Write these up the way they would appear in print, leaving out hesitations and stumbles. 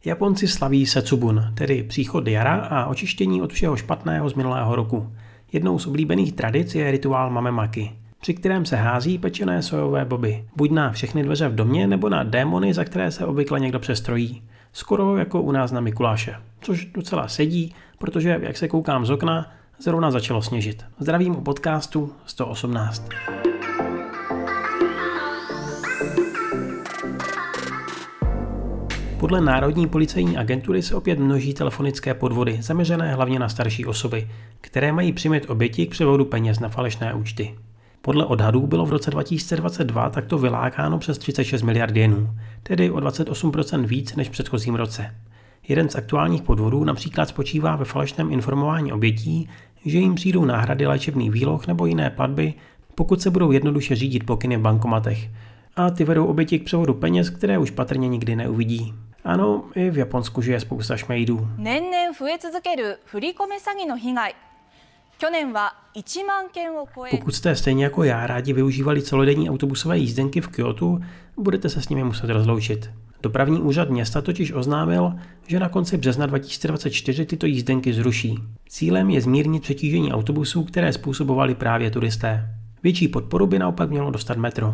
Japonci slaví Setsubun, tedy příchod jara a očištění od všeho špatného z minulého roku. Jednou z oblíbených tradic je rituál mamemaki, při kterém se hází pečené sojové boby. Buď na všechny dveře v domě, nebo na démony, za které se obvykle někdo přestrojí. Skoro jako u nás na Mikuláše. Což docela sedí, protože, jak se koukám z okna, zrovna začalo sněžit. Zdravím u podcastu 118. Podle Národní policejní agentury se opět množí telefonické podvody, zaměřené hlavně na starší osoby, které mají přimět oběti k převodu peněz na falešné účty. Podle odhadů bylo v roce 2022 takto vylákáno přes 36 miliard jenů, tedy o 28% víc než v předchozím roce. Jeden z aktuálních podvodů například spočívá ve falešném informování obětí, že jim přijdou náhrady léčebných výloh nebo jiné platby, pokud se budou jednoduše řídit pokyny v bankomatech. A ty vedou oběti k převodu peněz, které už patrně nikdy neuvidí. Ano, i v Japonsku žije spousta šmejdů. Pokud jste stejně jako já rádi využívali celodenní autobusové jízdenky v Kyotu, budete se s nimi muset rozloučit. Dopravní úřad města totiž oznámil, že na konci března 2024 tyto jízdenky zruší. Cílem je zmírnit přetížení autobusů, které způsobovali právě turisté. Větší podporu by naopak mělo dostat metro.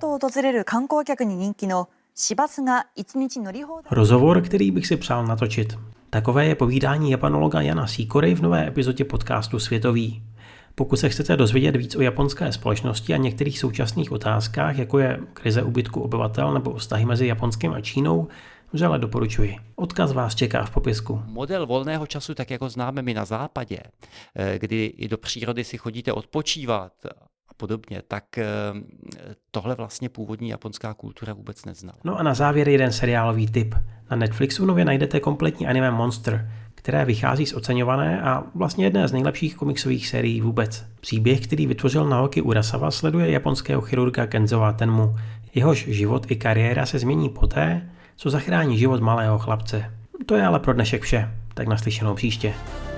Rozhovor, který bych si přál natočit. Takové je povídání japanologa Jana Sikory v nové epizodě podcastu Světový. Pokud se chcete dozvědět víc o japonské společnosti a některých současných otázkách, jako je krize úbytku obyvatel nebo vztahy mezi Japonskem a Čínou, vřele doporučuji. Odkaz vás čeká v popisku. Model volného času, tak jako známe my na západě, kdy i do přírody si chodíte odpočívat a podobně, tak tohle vlastně původní japonská kultura vůbec neznala. No a na závěr jeden seriálový tip. Na Netflixu nově najdete kompletní anime Monster, které vychází z oceňované a vlastně jedné z nejlepších komiksových sérií vůbec. Příběh, který vytvořil Naoki Urasawa, sleduje japonského chirurga Kenzoa Tenmu. Jehož život i kariéra se změní poté, co zachrání život malého chlapce. To je ale pro dnešek vše, tak naslyšenou příště.